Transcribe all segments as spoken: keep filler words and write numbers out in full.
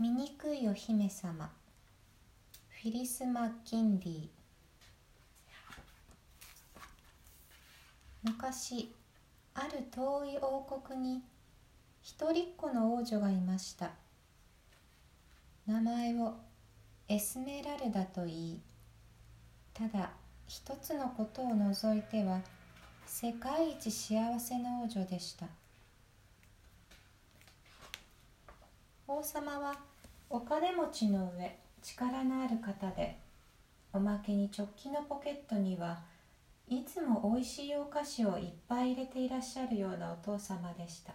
醜いお姫様、フィリス・マッキンリー。昔、ある遠い王国に一人っ子の王女がいました。名前をエスメラルダと言い、ただ一つのことを除いては世界一幸せな王女でした。王様はお金持ちの上力のある方で、おまけに直帰のポケットにはいつもおいしいお菓子をいっぱい入れていらっしゃるようなお父様でした。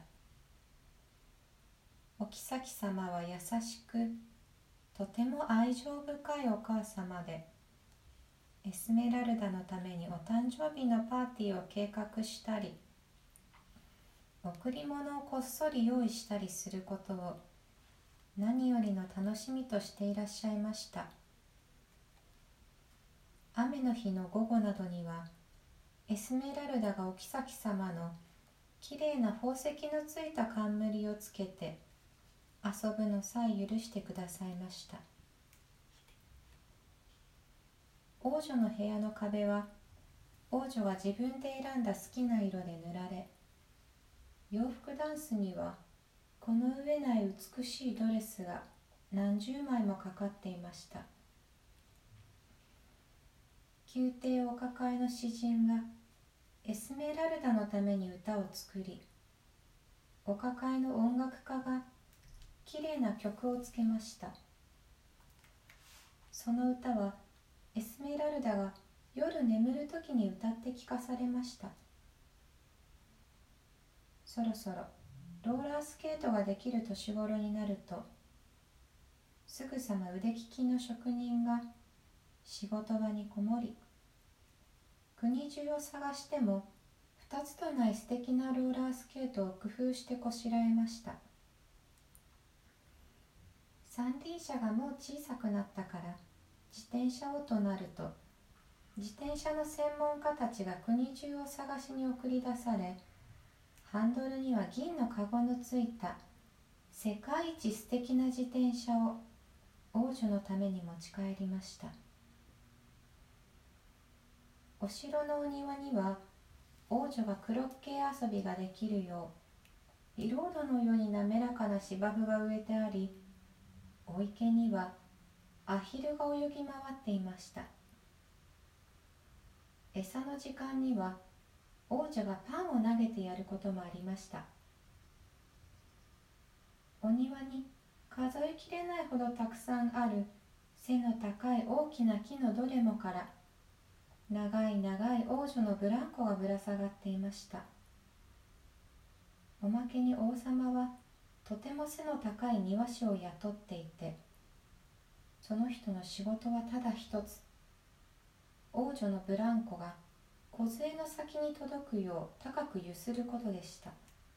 お妃様は優しくとても愛情深いお母様で、エスメラルダのためにお誕生日のパーティーを計画したり、贈り物をこっそり用意したりすることを何よりの楽しみとしていらっしゃいました。雨の日の午後などには、エスメラルダがお妃様のきれいな宝石のついた冠をつけて遊ぶのさえ許してくださいました。王女の部屋の壁は王女が自分で選んだ好きな色で塗られ、洋服ダンスにはこの上ない美しいドレスが何十枚もかかっていました。宮廷お抱えの詩人がエスメラルダのために歌を作り、お抱えの音楽家がきれいな曲をつけました。その歌はエスメラルダが夜眠るときに歌って聞かされました。そろそろローラースケートができる年頃になると、すぐさま腕利きの職人が仕事場にこもり、国中を探しても二つとない素敵なローラースケートを工夫してこしらえました。三輪車がもう小さくなったから自転車をとなると、自転車の専門家たちが国中を探しに送り出され、ハンドルには銀のカゴのついた世界一素敵な自転車を王女のために持ち帰りました。お城のお庭には王女がクロッケー遊びができるよう、ビロードのように滑らかな芝生が植えてあり、お池にはアヒルが泳ぎ回っていました。餌の時間には王女がパンを投げてやることもありました。お庭に数えきれないほどたくさんある背の高い大きな木のどれもから長い長い王女のブランコがぶら下がっていました。おまけに王様はとても背の高い庭師を雇っていて、その人の仕事はただ一つ、王女のブランコが梢の先に届くよう高く揺することでした。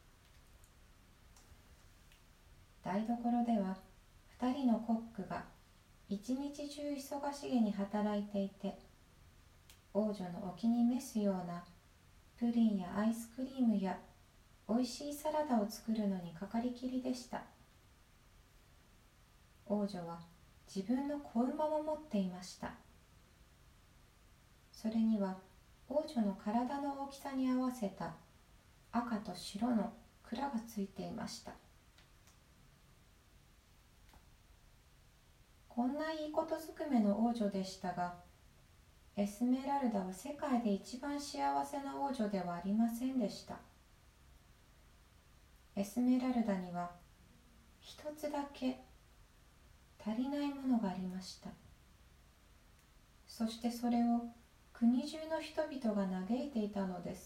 台所では二人のコックが一日中忙しげに働いていて、王女のお気に召すようなプリンやアイスクリームやおいしいサラダを作るのにかかりきりでした。王女は自分の子馬も持っていました。それには王女の体の大きさに合わせた赤と白の蔵がついていました。こんないいことずくめの王女でしたが、エスメラルダは世界で一番幸せな王女ではありませんでした。エスメラルダには一つだけ足りないものがありました。そしてそれを国中の人々が嘆いていたのです。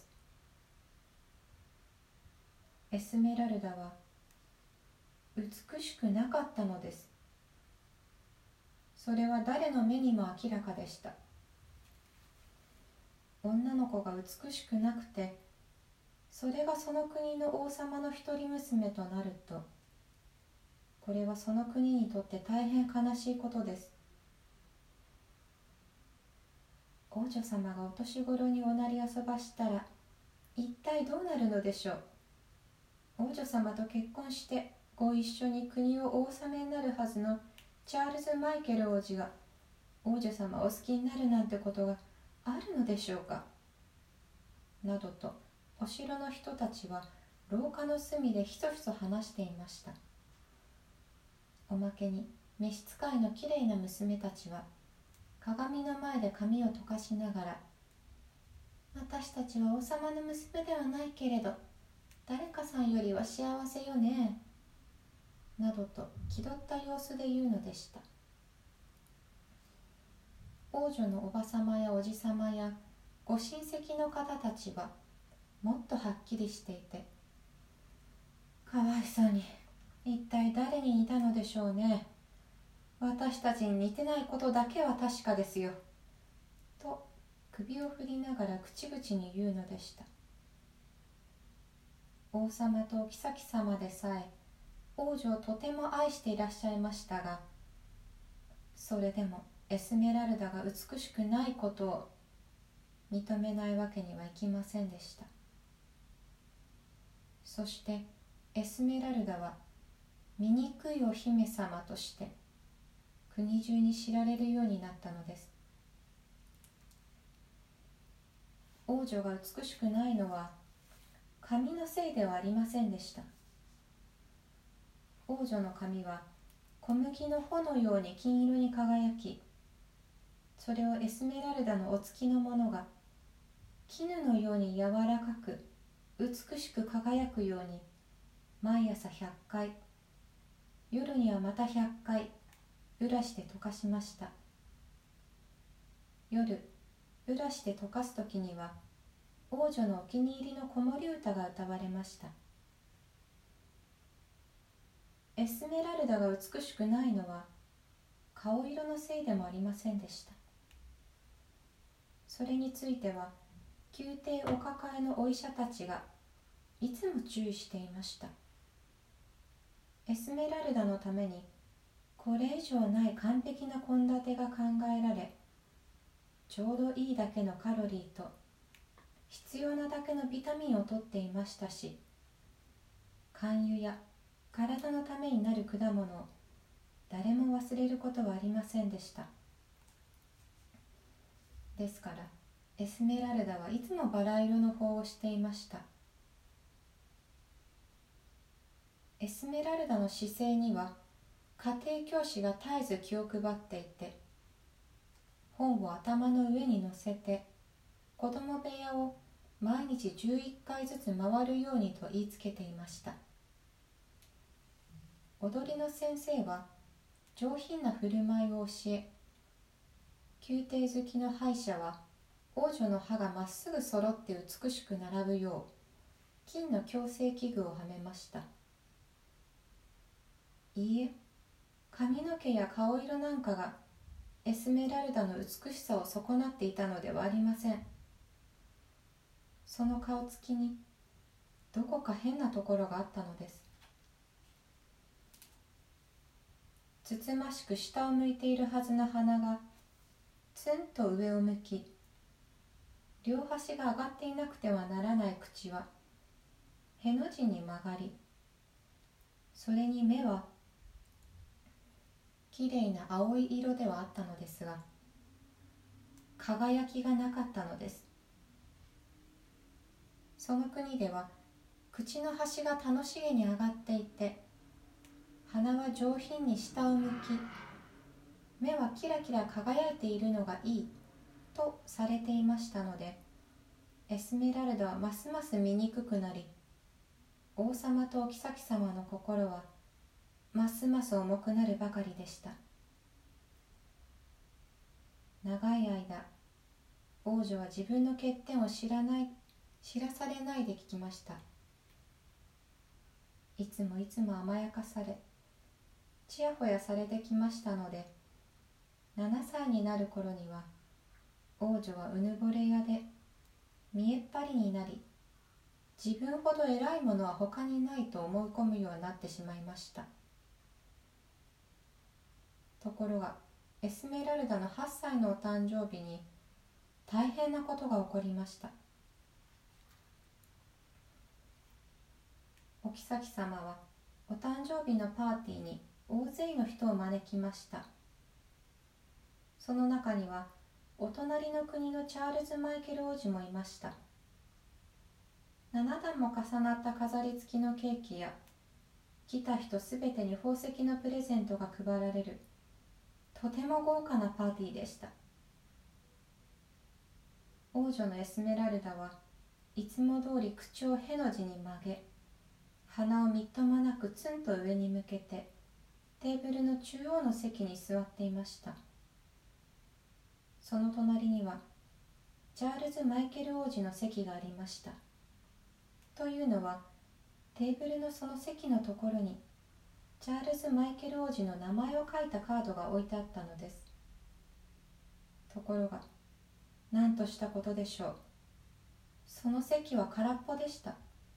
エスメラルダは美しくなかったのです。それは誰の目にも明らかでした。女の子が美しくなくて、それがその国の王様の一人娘となると、これはその国にとって大変悲しいことです。王女様がお年頃におなり遊ばしたら一体どうなるのでしょう。王女様と結婚してご一緒に国をお治めになるはずのチャールズ・マイケル王子が王女様をお好きになるなんてことがあるのでしょうか、などとお城の人たちは廊下の隅でひそひそ話していました。おまけに召使いのきれいな娘たちは鏡の前で髪を溶かしながら、私たちは王様の娘ではないけれど誰かさんよりは幸せよね、などと気取った様子で言うのでした。王女のおばさまやおじさまやご親戚の方たちはもっとはっきりしていて、かわいそうに、一体誰に似たのでしょうね。私たちに似てないことだけは確かですよ。と首を振りながら口々に言うのでした。王様とお妃様でさえ王女をとても愛していらっしゃいましたが、それでもエスメラルダが美しくないことを認めないわけにはいきませんでした。そしてエスメラルダは醜いお姫様として国中に知られるようになったのです。王女が美しくないのは髪のせいではありませんでした。王女の髪は小麦の穂のように金色に輝き、それをエスメラルダのお付きの者が絹のように柔らかく美しく輝くように毎朝ひゃっかい、夜にはまたひゃっかいブラシで溶かしました。夜ブラシで溶かすときには王女のお気に入りの子守歌が歌われました。エスメラルダが美しくないのは顔色のせいでもありませんでした。それについては宮廷お抱えのお医者たちがいつも注意していました。エスメラルダのためにこれ以上ない完璧な献立が考えられ、ちょうどいいだけのカロリーと必要なだけのビタミンをとっていましたし、肝油や体のためになる果物を誰も忘れることはありませんでした。ですからエスメラルダはいつもバラ色の方をしていました。エスメラルダの姿勢には家庭教師が絶えず気を配っていて、本を頭の上に乗せて子供部屋を毎日じゅういっかいずつ回るようにと言いつけていました。踊りの先生は上品な振る舞いを教え、宮廷好きの歯医者は王女の歯がまっすぐ揃って美しく並ぶよう金の矯正器具をはめました。いいえ、髪の毛や顔色なんかがエスメラルダの美しさを損なっていたのではありません。その顔つきにどこか変なところがあったのです。つつましく下を向いているはずの鼻がツンと上を向き、両端が上がっていなくてはならない口はへの字に曲がり、それに目はきれいな青い色ではあったのですが、輝きがなかったのです。その国では口の端が楽しげに上がっていて、鼻は上品に下を向き、目はキラキラ輝いているのがいいとされていましたので、エスメラルダはますます醜くなり、王様とお妃様の心はますます重くなるばかりでした。長い間王女は自分の欠点を知らない知らされないで聞きました。いつもいつも甘やかされ、ちやほやされてきましたので、ななさいになる頃には王女はうぬぼれ屋で見えっ張りになり、自分ほど偉いものは他にないと思い込むようになってしまいました。ところがエスメラルダのはっさいのお誕生日に大変なことが起こりました。お妃様はお誕生日のパーティーに大勢の人を招きました。その中にはお隣の国のチャールズ・マイケル王子もいました。ななだんも重なった飾り付きのケーキや、来た人すべてに宝石のプレゼントが配られる、とても豪華なパーティーでした。王女のエスメラルダはいつも通り口をへの字に曲げ、鼻をみっともなくツンと上に向けてテーブルの中央の席に座っていました。その隣にはチャールズ・マイケル王子の席がありました。というのは、テーブルのその席のところにチャールズ・マイケル王子の名前を書いたカードが置いてあったのです。ところが、何としたことでしょう。その席は空っぽでした。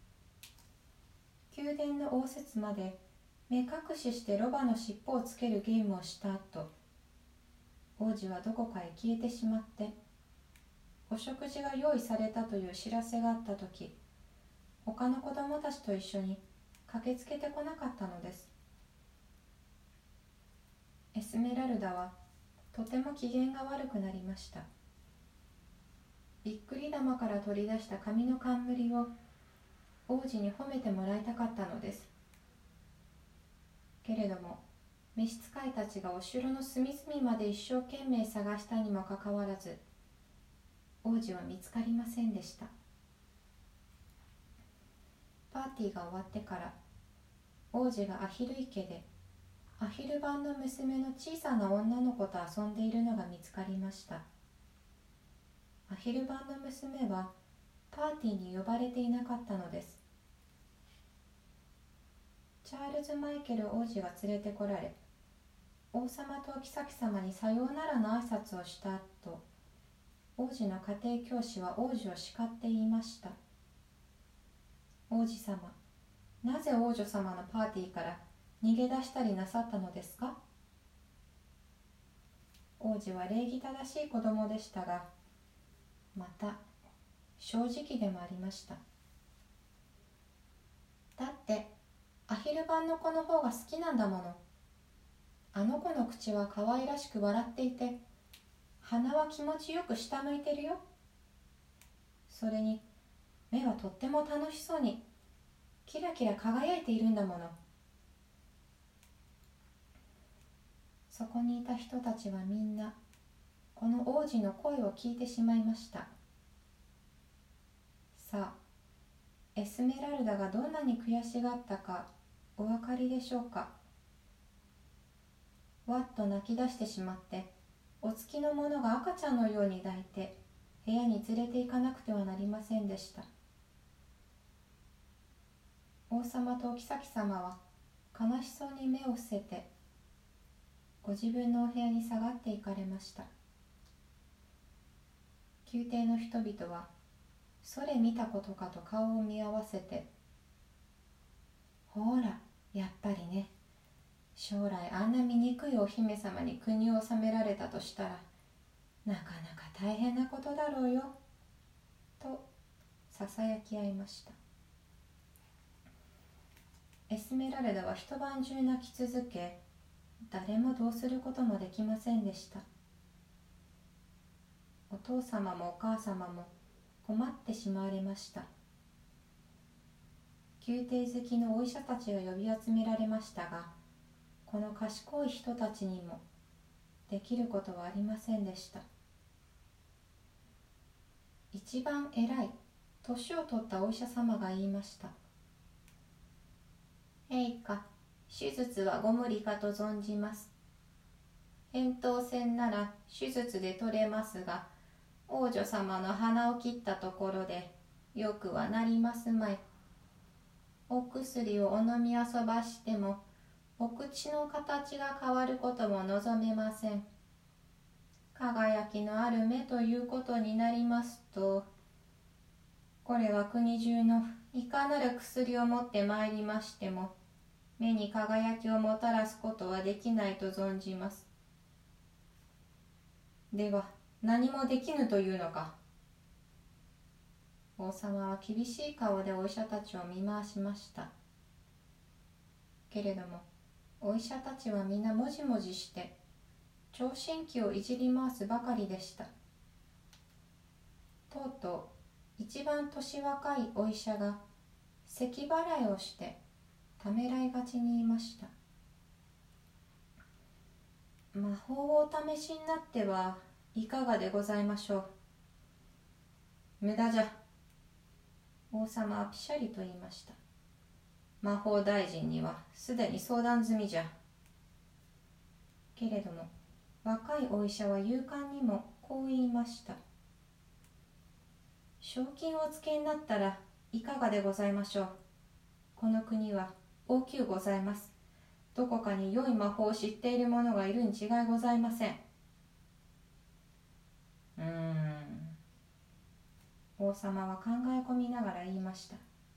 宮殿の応接まで目隠ししてロバの尻尾をつけるゲームをした後、王子はどこかへ消えてしまって、お食事が用意されたという知らせがあったとき、他の子供たちと一緒に駆けつけてこなかったのです。エスメラルダはとても機嫌が悪くなりました。びっくり玉から取り出した紙の冠を王子に褒めてもらいたかったのです。けれども、召使いたちがお城の隅々まで一生懸命探したにもかかわらず、王子は見つかりませんでした。パーティーが終わってから、王子がアヒル池でアヒル版の娘の小さな女の子と遊んでいるのが見つかりました。アヒル版の娘はパーティーに呼ばれていなかったのです。チャールズ・マイケル王子が連れてこられ、王様とお妃様にさようならの挨拶をした後、王子の家庭教師は王子を叱って言いました。王子様、なぜ王女様のパーティーから逃げ出したりなさったのですか？王子は礼儀正しい子供でしたが、また正直でもありました。だってアヒル版の子の方が好きなんだもの。あの子の口は可愛らしく笑っていて、鼻は気持ちよく下向いてるよ。それに目はとっても楽しそうにキラキラ輝いているんだもの。そこにいた人たちはみんなこの王子の声を聞いてしまいました。さあ、エスメラルダがどんなに悔しがったかお分かりでしょうか。わっと泣き出してしまって、お付きの者が赤ちゃんのように抱いて部屋に連れて行かなくてはなりませんでした。王様とお妃様は悲しそうに目を伏せて、ご自分のお部屋に下がっていかれました。宮廷の人々はそれ見たことかと顔を見合わせて、ほら、やっぱりね、将来あんな醜いお姫様に国を治められたとしたら、なかなか大変なことだろうよ、とささやき合いました。エスメラルダは一晩中泣き続け、誰もどうすることもできませんでした。お父様もお母様も困ってしまわれました。宮廷好きのお医者たちが呼び集められましたが、この賢い人たちにもできることはありませんでした。一番偉い年を取ったお医者様が言いました。陛下、手術はご無理かと存じます。扁桃腺なら手術で取れますが、王女様の鼻を切ったところでよくはなりますまい。お薬をお飲み遊ばしてもお口の形が変わることも望めません。輝きのある目ということになりますと、これは国中のいかなる薬を持ってまいりましても、目に輝きをもたらすことはできないと存じます。では何もできぬというのか。王様は厳しい顔でお医者たちを見回しました。 けれどもお医者たちはみんなもじもじして聴診器をいじり回すばかりでした。とうとう一番年若いお医者が咳払いをしてためらいがちに言いました。魔法をお試しになってはいかがでございましょう。無駄じゃ。王様はぴしゃりと言いました。魔法大臣にはすでに相談済みじゃ。けれども若いお医者は勇敢にもこう言いました。賞金をお付けになったらいかがでございましょう。この国は大きゅうございます。どこかに良い魔法を知っている者がいるに違いございません。うーん。王様は考え込みながら言いました。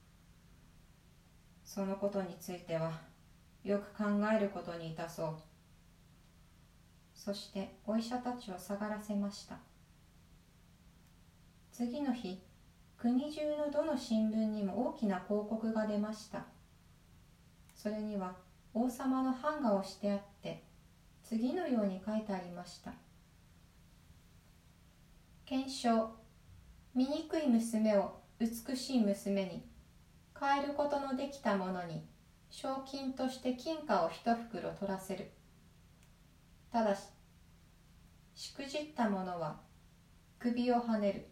そのことについてはよく考えることにいたそう。そしてお医者たちを下がらせました。次の日、国中のどの新聞にも大きな広告が出ました。それには王様の版画をしてあって、次のように書いてありました。検証、醜い娘を美しい娘に、変えることのできた者に、賞金として金貨を一袋取らせる。ただし、しくじった者は首をはねる。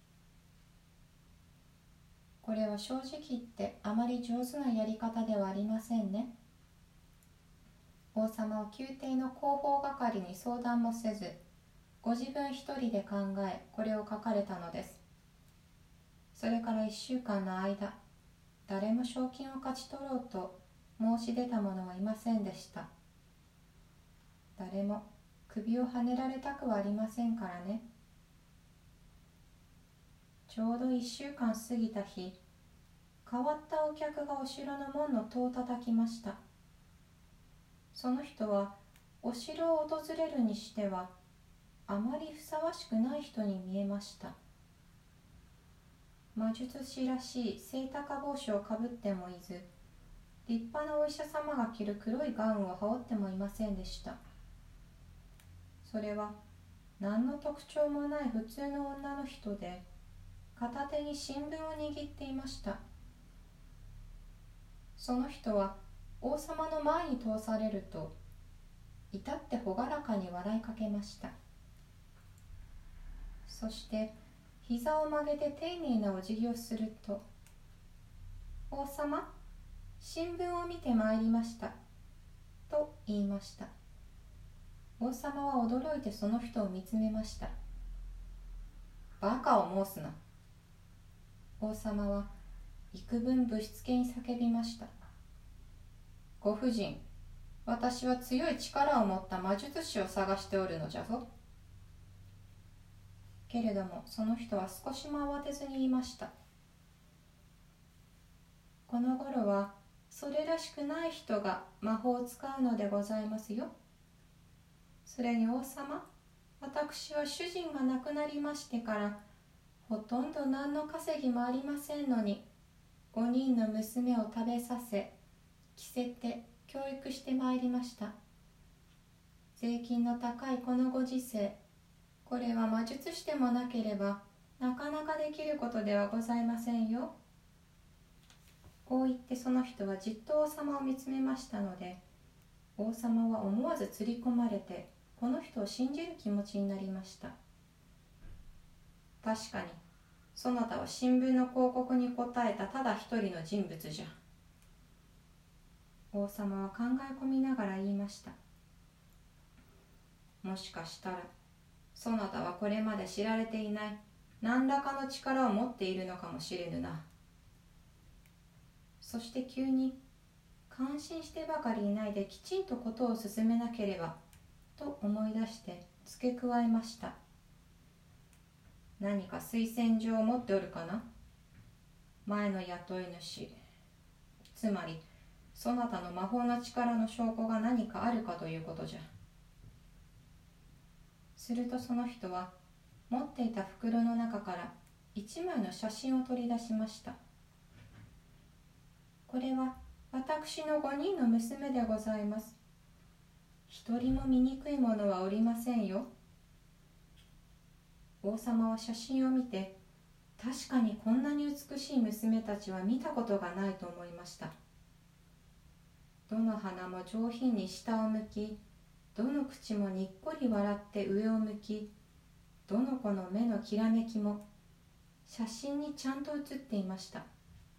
これは正直言ってあまり上手なやり方ではありませんね。王様は宮廷の広報係に相談もせず、ご自分一人で考え、これを書かれたのです。それから一週間の間、誰も賞金を勝ち取ろうと申し出た者はいませんでした。誰も首をはねられたくはありませんからね。ちょうど一週間過ぎた日、変わったお客がお城の門の戸を叩きました。その人はお城を訪れるにしてはあまりふさわしくない人に見えました。魔術師らしい背高帽子をかぶってもいず、立派なお医者様が着る黒いガウンを羽織ってもいませんでした。それは何の特徴もない普通の女の人で、片手に新聞を握っていました。その人は王様の前に通されると、至って朗らかに笑いかけました。そして膝を曲げて丁寧なお辞儀をすると、王様、新聞を見てまいりました、と言いました。王様は驚いてその人を見つめました。バカを申すな。王様は幾分ぶしつけに叫びました。ご婦人、私は強い力を持った魔術師を探しておるのじゃぞ。けれどもその人は少しも慌てずに言いました。この頃はそれらしくない人が魔法を使うのでございますよ。それに王様、私は主人が亡くなりましてからほとんど何の稼ぎもありませんのに、ごにんの娘を食べさせ着せて教育してまいりました。税金の高いこのご時世、これは魔術師でもなければなかなかできることではございませんよ。こう言ってその人はじっと王様を見つめましたので、王様は思わずつり込まれてこの人を信じる気持ちになりました。確かにそなたは新聞の広告に答えたただ一人の人物じゃ。王様は考え込みながら言いました。もしかしたらそなたはこれまで知られていない何らかの力を持っているのかもしれぬな。そして急に感心してばかりいないできちんとことを進めなければと思い出して付け加えました。何か推薦状を持っておるかな。前の雇い主、つまりそなたの魔法の力の証拠が何かあるかということじゃ。するとその人は持っていた袋の中から一枚の写真を取り出しました。これは私の五人の娘でございます。一人も醜いものはおりませんよ。王様は写真を見て、確かにこんなに美しい娘たちは見たことがないと思いました。どの花も上品に下を向き、どの口もにっこり笑って上を向き、どの子の目のきらめきも写真にちゃんと写っていました。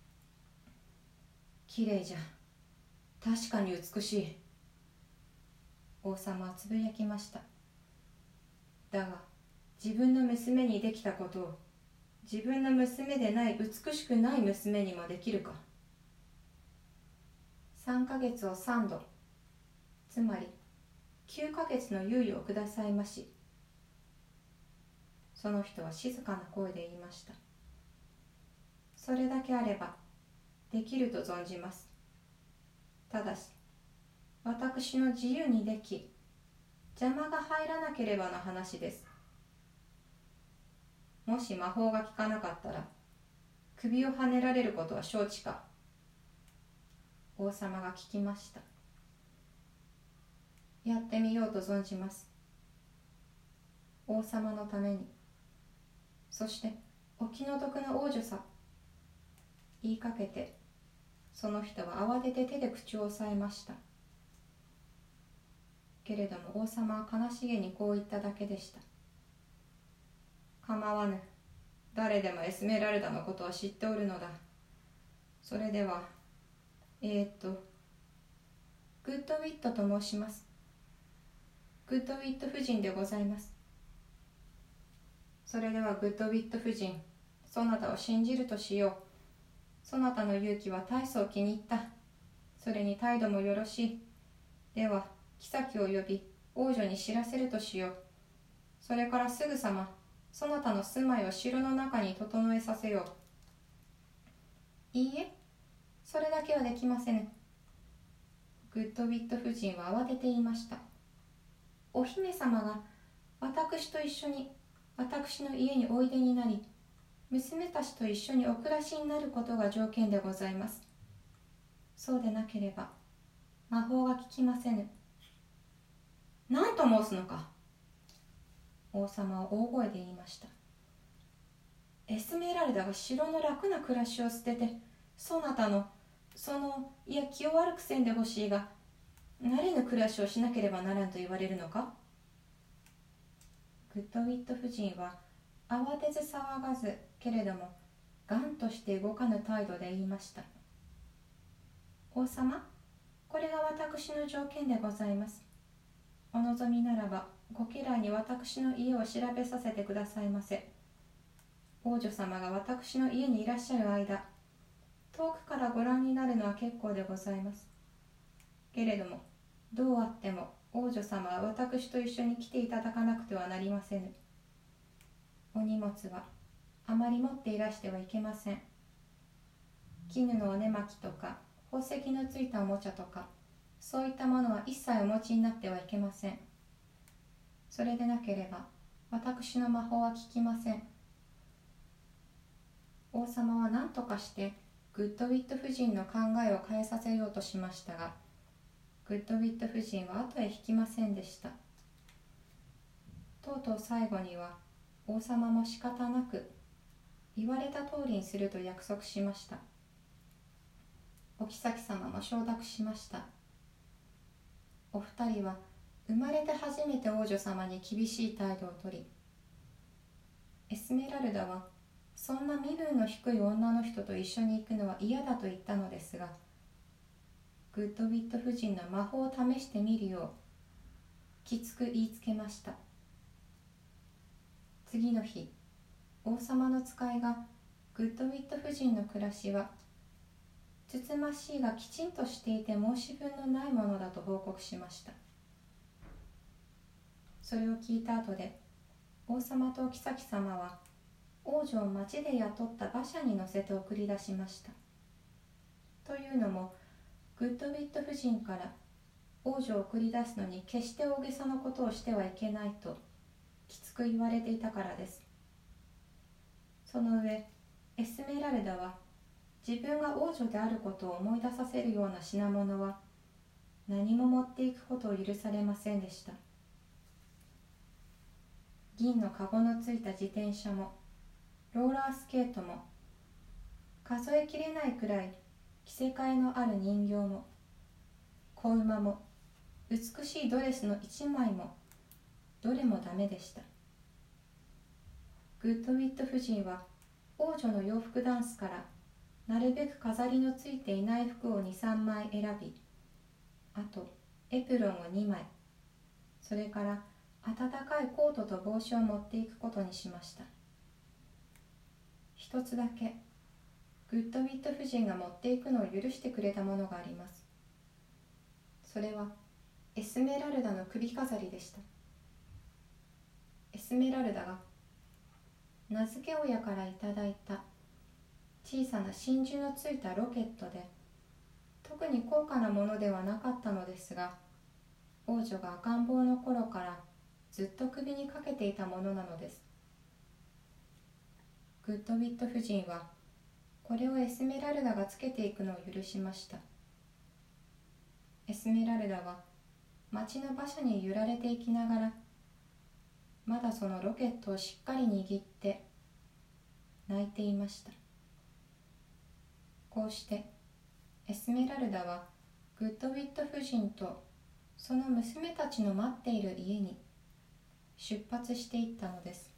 きれいじゃ。確かに美しい。王様はつぶやきました。だが、自分の娘にできたことを、自分の娘でない美しくない娘にもできるか。三ヶ月を三度、つまり九ヶ月の猶予をくださいまし。その人は静かな声で言いました。それだけあればできると存じます。ただし、私の自由にでき、邪魔が入らなければの話です。もし魔法が効かなかったら、首をはねられることは承知か。王様が聞きました。やってみようと存じます。王様のために。そしてお気の毒な王女さ、言いかけて、その人は慌てて手で口を押さえました。けれども王様は悲しげにこう言っただけでした。構わぬ。誰でもエスメラルダのことは知っておるのだ。それでは、えー、っと、グッドウィットと申します。グッドウィット夫人でございます。それではグッドウィット夫人、そなたを信じるとしよう。そなたの勇気は大層気に入った。それに態度もよろしい。では、妃を呼び、王女に知らせるとしよう。それからすぐさま、そなたの住まいを城の中に整えさせよう。いいえ、それだけはできませぬ。グッドウィット夫人は慌てて言いました。お姫様が私と一緒に私の家においでになり、娘たちと一緒にお暮らしになることが条件でございます。そうでなければ魔法が効きませぬ。何と申すのか。王様は大声で言いました。エスメラルダが城の楽な暮らしを捨てて、そなたのそのいや気を悪くせんでほしいが、慣れぬ暮らしをしなければならんと言われるのか。グッドウィット夫人は慌てず騒がず、けれども頑として動かぬ態度で言いました。王様、これが私の条件でございます。お望みならばご家来に私の家を調べさせてくださいませ。王女様が私の家にいらっしゃる間、遠くからご覧になるのは結構でございます。けれども、どうあっても王女様は私と一緒に来ていただかなくてはなりませぬ。お荷物はあまり持っていらしてはいけません。絹のお寝巻きとか宝石のついたおもちゃとか、そういったものは一切お持ちになってはいけません。それでなければ私の魔法は効きません。王様は何とかしてグッドウィット夫人の考えを変えさせようとしましたが、グッドウィット夫人は後へ引きませんでした。とうとう最後には王様も仕方なく言われた通りにすると約束しました。お妃様も承諾しました。お二人は生まれて初めて王女様に厳しい態度をとり、エスメラルダはそんな身分の低い女の人と一緒に行くのは嫌だと言ったのですが、グッドウィット夫人の魔法を試してみるようきつく言いつけました。次の日、王様の使いがグッドウィット夫人の暮らしはつつましいがきちんとしていて申し分のないものだと報告しました。それを聞いた後で、王様とお妃様は王女を町で雇った馬車に乗せて送り出しました。というのも、グッドウィット夫人から王女を送り出すのに決して大げさなことをしてはいけないときつく言われていたからです。その上、エスメラルダは自分が王女であることを思い出させるような品物は何も持っていくことを許されませんでした。銀のかごのついた自転車もローラースケートも数えきれないくらい着せ替えのある人形も子馬も美しいドレスの一枚もどれもダメでした。グッドウィット夫人は王女の洋服ダンスからなるべく飾りのついていない服をに、さんまい選び、あとエプロンをにまい、それから暖かいコートと帽子を持っていくことにしました。一つだけグッドウィット夫人が持っていくのを許してくれたものがあります。それはエスメラルダの首飾りでした。エスメラルダが名付け親からいただいた小さな真珠のついたロケットで、特に高価なものではなかったのですが、王女が赤ん坊の頃からずっと首にかけていたものなのです。グッドウィット夫人はこれをエスメラルダがつけていくのを許しました。エスメラルダは町の馬車に揺られていきながら、まだそのロケットをしっかり握って泣いていました。こうしてエスメラルダはグッドウィット夫人とその娘たちの待っている家に出発していったのです。